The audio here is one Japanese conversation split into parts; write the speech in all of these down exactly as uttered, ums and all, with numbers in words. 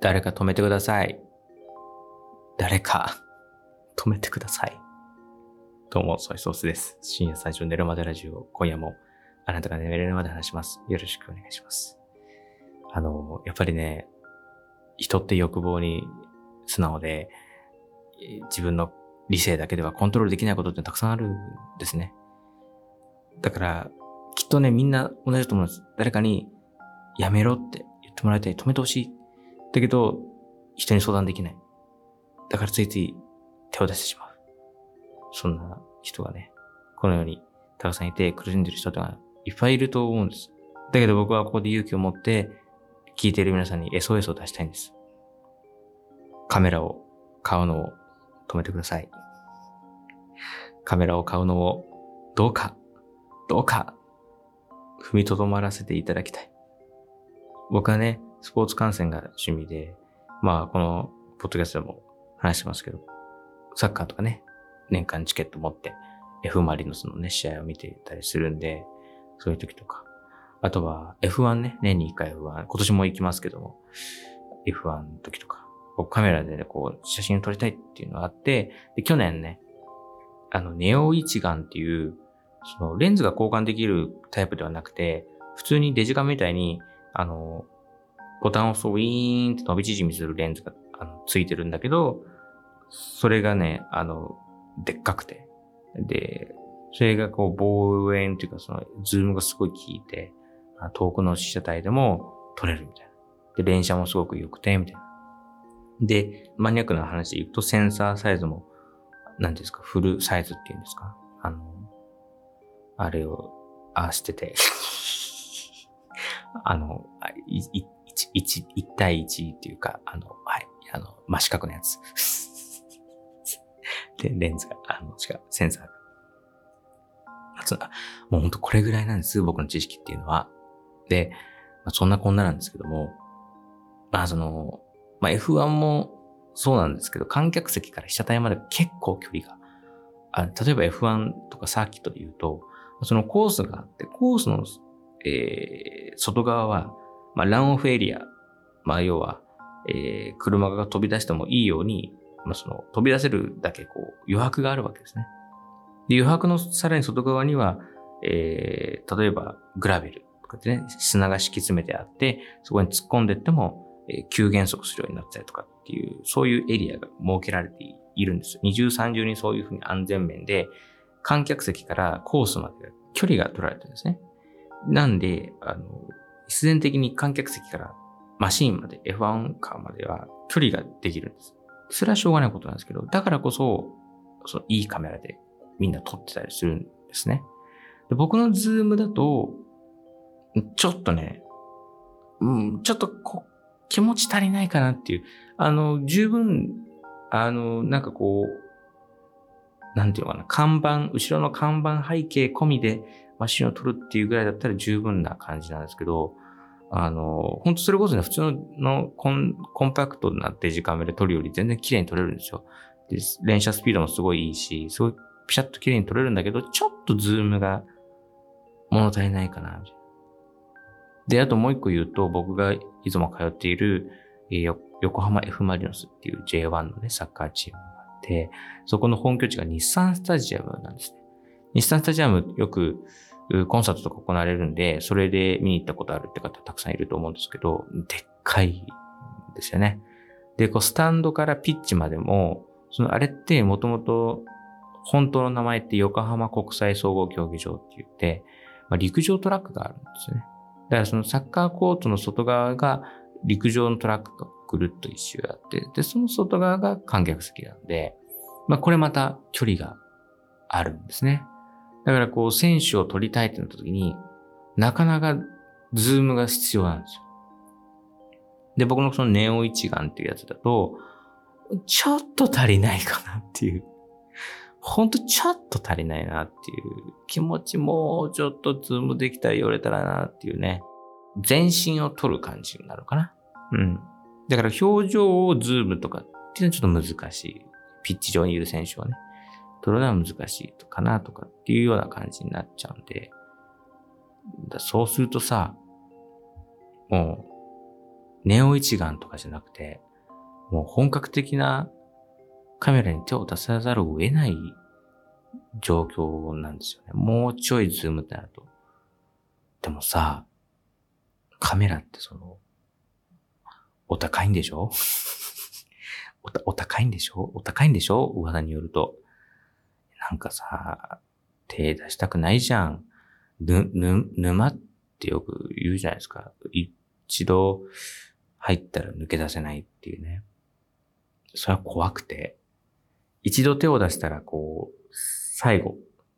誰か止めてください。誰か止めてください。どうも、ソイソースです。深夜最初寝るまでラジオ。今夜もあなたが眠れるまで話します。よろしくお願いします。あの、やっぱりね、人って欲望に素直で、自分の理性だけではコントロールできないことってたくさんあるんですね。だから、きっとね、みんな同じだと思うんです。誰かに、やめろって言ってもらいたい。止めてほしい。だけど、人に相談できない。だからついつい手を出してしまう。そんな人がね、この世にたくさんいて苦しんでる人がいっぱいいると思うんです。だけど僕はここで勇気を持って聞いている皆さんに エスオーエス を出したいんです。カメラを買うのを止めてください。カメラを買うのをどうか、どうか踏みとどまらせていただきたい。僕はね、スポーツ観戦が趣味で、まあこのポッドキャストでも話してますけど、サッカーとかね、年間チケット持って F マリノスのね、試合を見ていたりするんで、そういう時とか。あとは エフワン ね、年にいっかい エフワン、今年も行きますけども、エフワン の時とか、僕カメラでね、こう写真を撮りたいっていうのがあって、で、去年ね、あの、ネオ一眼っていう、そのレンズが交換できるタイプではなくて、普通にデジカメみたいに、あの、ボタンを押すとウィーンって伸び縮みするレンズがあのついてるんだけど、それがね、あの、でっかくて。で、それがこう、望遠っていうか、その、ズームがすごい効いて、遠くの被写体でも撮れるみたいな。で、連写もすごく良くて、みたいな。で、マニアックな話で言うと、センサーサイズも、何ですか、フルサイズっていうんですか。あの、あれを、ああしてて、あの、い、い、一、一対一っていうか、あの、はい、あの、真四角のやつ。で、レンズが、あの、違う、センサーが。もうほんとこれぐらいなんです、僕の知識っていうのは。で、まあ、そんなこんななんですけども、まあその、まあ エフワン もそうなんですけど、観客席から被写体まで結構距離がある。例えば エフワン とかサーキットで言うと、そのコースがあって、コースの、えー、外側は、まあランオフエリア、まあ要は、えー、車が飛び出してもいいように、まあその飛び出せるだけこう余白があるわけですね。で余白のさらに外側には、えー、例えばグラベルとかでね、砂が敷き詰めてあって、そこに突っ込んでいっても、えー、急減速するようになったりとかっていう、そういうエリアが設けられているんですよ。二重三重にそういうふうに安全面で、観客席からコースまで距離が取られてるんですね。なんで、あの、必然的に観客席からマシーンまで、エフワン カーまでは距離ができるんです。それはしょうがないことなんですけど、だからこそ、そのいいカメラでみんな撮ってたりするんですね。で僕のズームだと、ちょっとね、うん、ちょっとこ気持ち足りないかなっていう、あの、十分、あの、なんかこう、なんていうのかな、看板、後ろの看板背景込みでマシンを撮るっていうぐらいだったら十分な感じなんですけど、あの、本当それこそね、普通のコン、コンパクトなデジカメで撮るより全然綺麗に撮れるんですよ。で、連写スピードもすごいいいし、すごいピシャッと綺麗に撮れるんだけど、ちょっとズームが物足りないかな。で、あともう一個言うと、僕がいつも通っている、えー、横浜 F マリノスっていう ジェイワン のね、サッカーチームがあって、そこの本拠地が日産スタジアムなんですね。日産スタジアムよくコンサートとか行われるんで、それで見に行ったことあるって方たくさんいると思うんですけど、でっかいですよね。で、こうスタンドからピッチまでも、そのあれってもともと本当の名前って横浜国際総合競技場って言って、まあ、陸上トラックがあるんですね。だからそのサッカーコートの外側が陸上のトラックがぐるっと一周あって、で、その外側が観客席なんで、まあこれまた距離があるんですね。だからこう選手を撮りたいってなった時に、なかなかズームが必要なんですよ。で、僕のそのネオ一眼っていうやつだと、ちょっと足りないかなっていう。ほんとちょっと足りないなっていう気持ち、もうちょっとズームできたら寄れたらなっていうね。全身を撮る感じになるかな。うん。だから表情をズームとかっていうのはちょっと難しい。ピッチ上にいる選手はね。撮るのは難しいかなとかっていうような感じになっちゃうんで。だそうするとさ、もネオ一眼とかじゃなくて、もう本格的なカメラに手を出さざるを得ない状況なんですよね。もうちょいズームってなると。でもさ、カメラってその、お高いんでしょおた、お高いんでしょお高いんでしょ噂によると。なんかさ、手出したくないじゃん。ぬ、ぬ、沼ってよく言うじゃないですか。一度入ったら抜け出せないっていうね。それは怖くて。一度手を出したらこう、最後。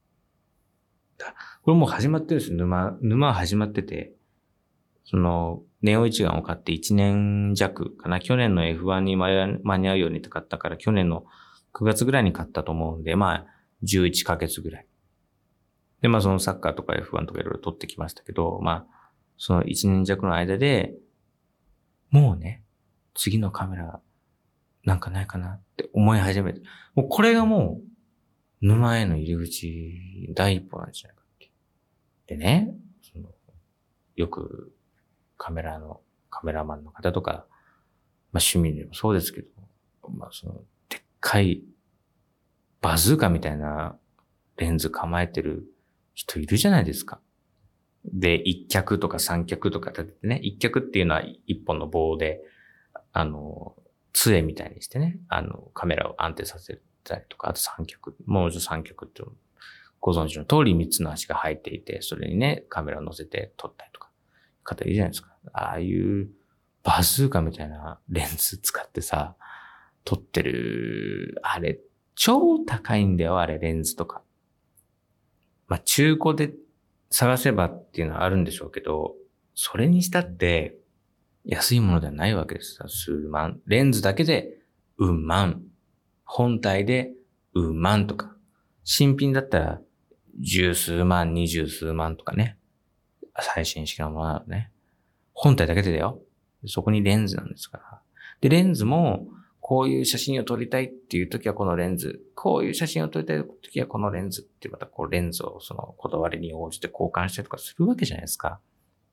これもう始まってるんですよ。沼、沼は始まってて。その、ネオ一眼を買っていちねん弱かな。去年の エフワン に間に合うようにって買ったから、去年のくがつぐらいに買ったと思うんで、まあ、じゅういっかげつぐらい。で、まあそのサッカーとか エフワン とかいろいろ撮ってきましたけど、まあ、そのいちねん弱の間で、もうね、次のカメラなんかないかなって思い始めて、もうこれがもう、沼への入り口、第一歩なんじゃないかって。でね、そのよくカメラの、カメラマンの方とか、まあ趣味でもそうですけど、まあその、でっかいバズーカみたいなレンズ構えてる人いるじゃないですか。で、一脚とか三脚とか立ててね、一脚っていうのは一本の棒で、あの、杖みたいにしてね、あの、カメラを安定させたりとか、あと三脚、もう一度三脚ってご存知の通り三つの足が入っていて、それにね、カメラを乗せて撮ったりとか、方いるじゃないですか。ああいうバズーカみたいなレンズ使ってさ、撮ってる、あれ、超高いんだよ、あれ、レンズとか。まあ、中古で探せばっていうのはあるんでしょうけど、それにしたって、安いものではないわけです。数万。レンズだけで、うん万。本体で、うん万とか。新品だったら、十数万、二十数万とかね。最新式のものなのね。本体だけでだよ。そこにレンズなんですから。で、レンズも、こういう写真を撮りたいっていう時はこのレンズ。こういう写真を撮りたい時はこのレンズってまたこうレンズをそのこだわりに応じて交換したりとかするわけじゃないですか。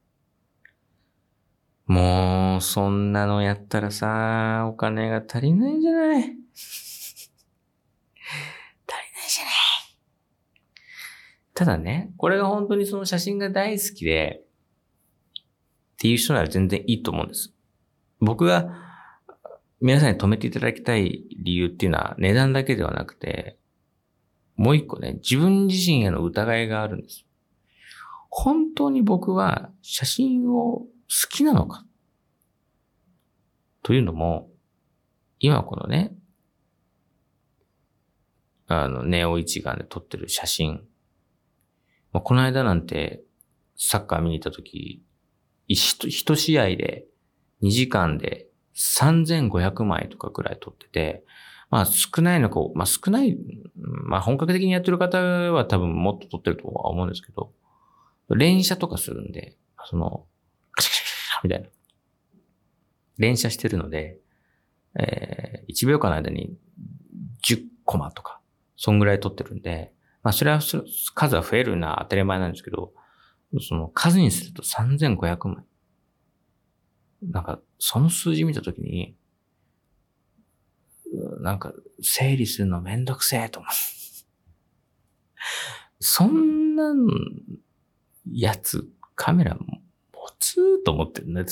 もう、そんなのやったらさ、お金が足りないじゃない。足りないじゃない。ただね、これが本当にその写真が大好きで、っていう人なら全然いいと思うんです。僕が皆さんに止めていただきたい理由っていうのは値段だけではなくて、もう一個ね、自分自身への疑いがあるんです。本当に僕は写真を好きなのかというのも、今このね、あの、ネオ一眼で撮ってる写真。まあ、この間なんて、サッカー見に行った時、一試合でにじかんでさんぜんごひゃくまいとかくらい撮ってて、まあ少ないのか、まあ少ない、まあ本格的にやってる方は多分もっと撮ってるとは思うんですけど、連写とかするんで、その、カシャカシャカシャみたいな。連写してるので、えー、いちびょうかんの間にじゅっコマとか、そんぐらい撮ってるんで、まあそれは数は増えるのは当たり前なんですけど、その数にするとさんぜんごひゃくまい。なんか、その数字見たときに、なんか、整理するのめんどくせえと思う。そんなやつ、カメラ持つと思ってるんです。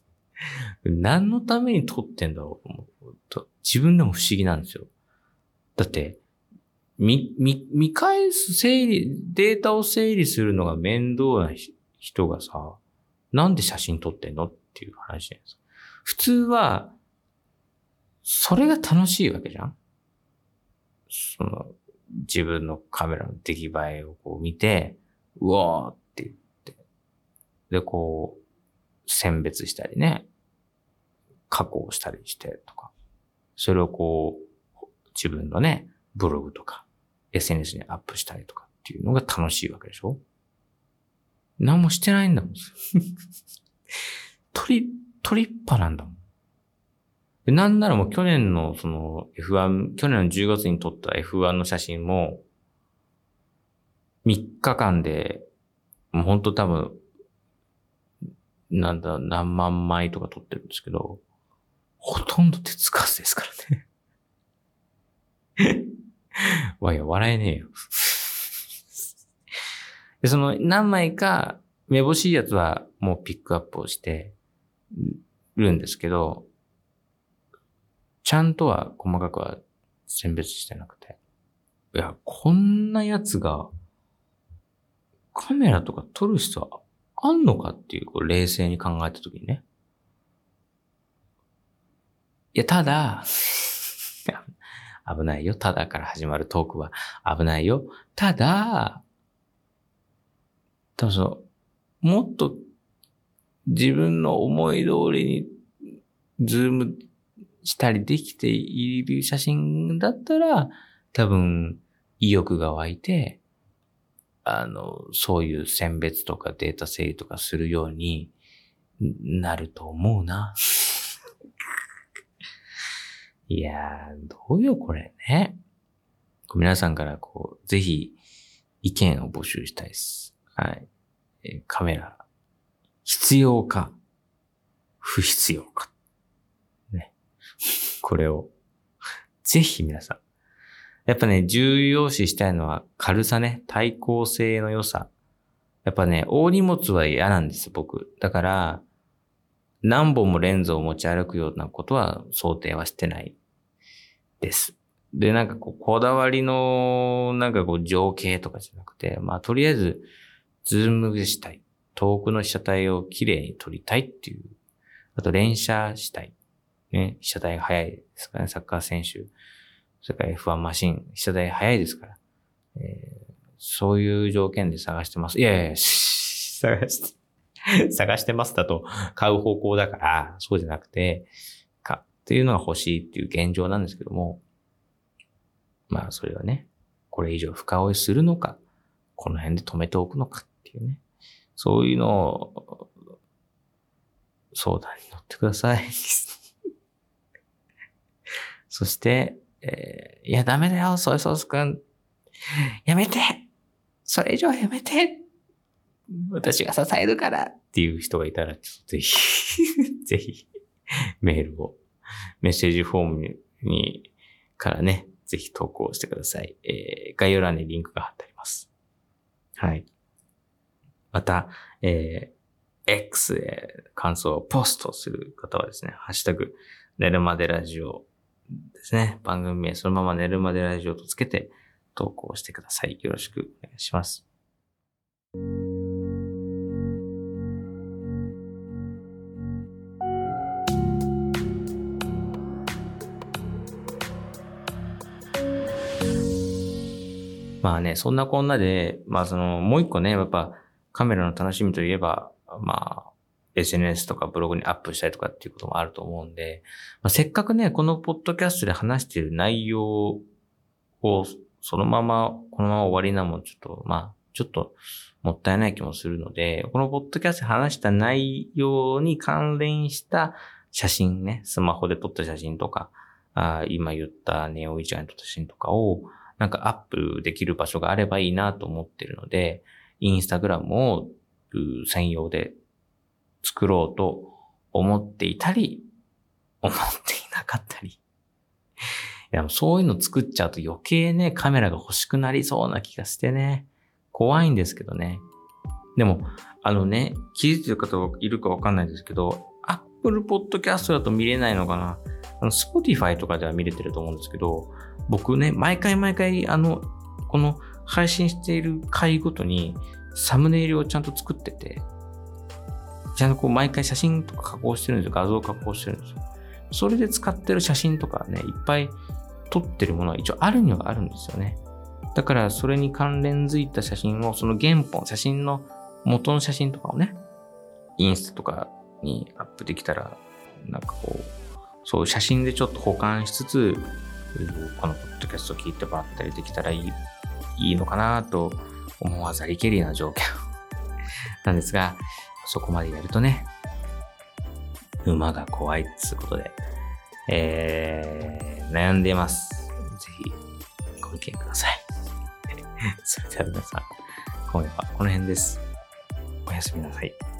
何のために撮ってんだろうと思うと、自分でも不思議なんですよ。だって、見、見、見返す整理、データを整理するのが面倒な人がさ、なんで写真撮ってんのっていう話じゃないですか。普通は、それが楽しいわけじゃん。その、自分のカメラの出来栄えをこう見て、うわーって言って、で、こう、選別したりね、加工したりしてとか、それをこう、自分のね、ブログとか、エスエヌエス にアップしたりとかっていうのが楽しいわけでしょ？何もしてないんだもん。取り、取りっぱなんだもん。で、なんならもう去年のその エフワン、去年のじゅうがつに撮った エフワン の写真も、みっかかんで、もうほんと多分、 なんだ、何万枚とか撮ってるんですけど、ほとんど手つかずですからね。わいや、笑えねえよ。で、その何枚か、めぼしいやつはもうピックアップをしてるんですけど、ちゃんとは細かくは選別してなくて。いや、こんなやつが、カメラとか撮る必要あんのかっていう、こう冷静に考えたときにね。いや、ただ、危ないよ。ただから始まるトークは危ないよ。ただ、多分その、もっと自分の思い通りにズームしたりできている写真だったら、多分意欲が湧いて、あの、そういう選別とかデータ整理とかするようになると思うな。いやー、どうよこれね。皆さんからこう、ぜひ意見を募集したいです。はい。えー、カメラ、必要か、不必要か。ね。これを、ぜひ皆さん。やっぱね、重要視したいのは軽さね。対抗性の良さ。やっぱね、大荷物は嫌なんです、僕。だから、何本もレンズを持ち歩くようなことは想定はしてないです。で、なんかこう、こだわりの、なんかこう、情景とかじゃなくて、まあ、とりあえず、ズームしたい。遠くの被写体をきれいに撮りたいっていう。あと、連写したい。ね、被写体が早いですからね、サッカー選手。それから エフワン マシン、被写体早いですから。えー、そういう条件で探してます。いやいや、探して、探してますだと買う方向だから、そうじゃなくて、か、っていうのが欲しいっていう現状なんですけども、まあそれはね、これ以上深追いするのか、この辺で止めておくのかっていうね、そういうのを相談に乗ってください。そして、えー、いやダメだよ、ソイソースくん。やめてそれ以上やめて私が支えるからっていう人がいたら、ちょっとぜひ、ぜひ、メールを、メッセージフォームに、からね、ぜひ投稿してください。えー、概要欄にリンクが貼ってあります。はい。また、えー、X へ感想をポストする方はですね、ハッシュタグ、寝るまでラジオですね。番組名そのまま寝るまでラジオとつけて投稿してください。よろしくお願いします。まあね、そんなこんなで、まあその、もう一個ね、やっぱカメラの楽しみといえば、まあ、エスエヌエス とかブログにアップしたりとかっていうこともあると思うんで、まあ、せっかくね、このポッドキャストで話している内容を、そのまま、このまま終わりなもん、ちょっと、まあ、ちょっともったいない気もするので、このポッドキャストで話した内容に関連した写真ね、スマホで撮った写真とか、あ今言ったネオイチャーに撮った写真とかを、なんかアップできる場所があればいいなと思ってるので、インスタグラムを専用で作ろうと思っていたり、思っていなかったり。いや、そういうの作っちゃうと余計ね、カメラが欲しくなりそうな気がしてね。怖いんですけどね。でも、あのね、気づいてる方がいるかわかんないですけど、Apple Podcast だと見れないのかな。あの、Spotify とかでは見れてると思うんですけど、僕ね、毎回毎回、あの、この配信している回ごとにサムネイルをちゃんと作ってて、ちゃんとこう毎回写真とか加工してるんですよ。画像加工してるんですよ。それで使ってる写真とかね、いっぱい撮ってるものは一応あるにはあるんですよね。だからそれに関連づいた写真を、その原本、写真の元の写真とかをね、インスタとかにアップできたら、なんかこう、そういう写真でちょっと保管しつつ、このポッドキャストを聞いてもらったりできたらいい、いいのかなと思わざりけりな条件なんですが、そこまでやるとね、馬が怖いってことで、えー、悩んでいます。ぜひご意見ください。それでは皆さん、今夜はこの辺です。おやすみなさい。